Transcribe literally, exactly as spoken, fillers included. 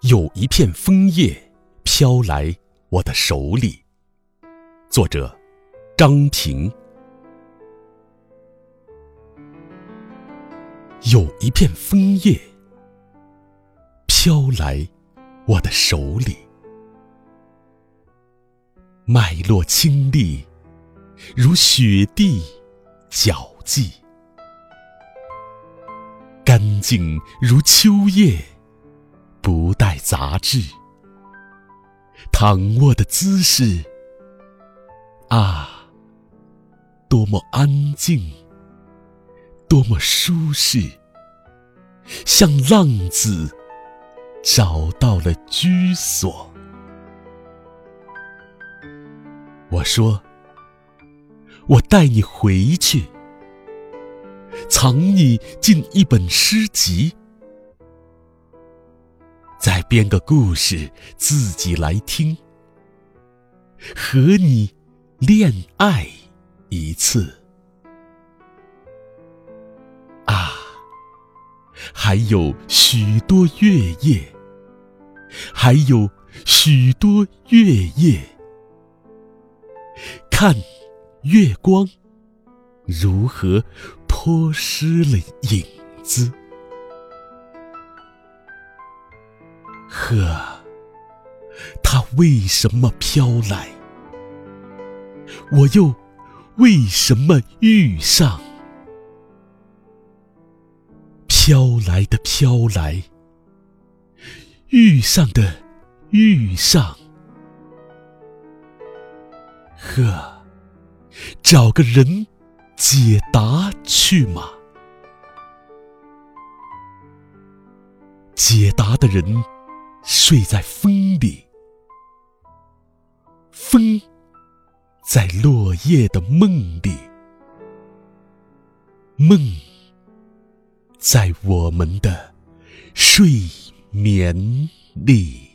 有一片枫叶飘来我的手里。作者张平。有一片枫叶飘来我的手里，脉络清丽，如雪地皎迹，干净如秋叶，不带杂质。躺卧的姿势，啊，多么安静，多么舒适，像浪子找到了居所。我说，我带你回去，藏你进一本诗集，再编个故事自己来听，和你恋爱一次。啊，还有许多月夜，还有许多月夜，看月光如何泼湿了影子。呵，它为什么飘来？我又为什么遇上？飘来的飘来，遇上的遇上。呵，找个人解答去嘛。解答的人睡在风里，风在落叶的梦里，梦在我们的睡眠里。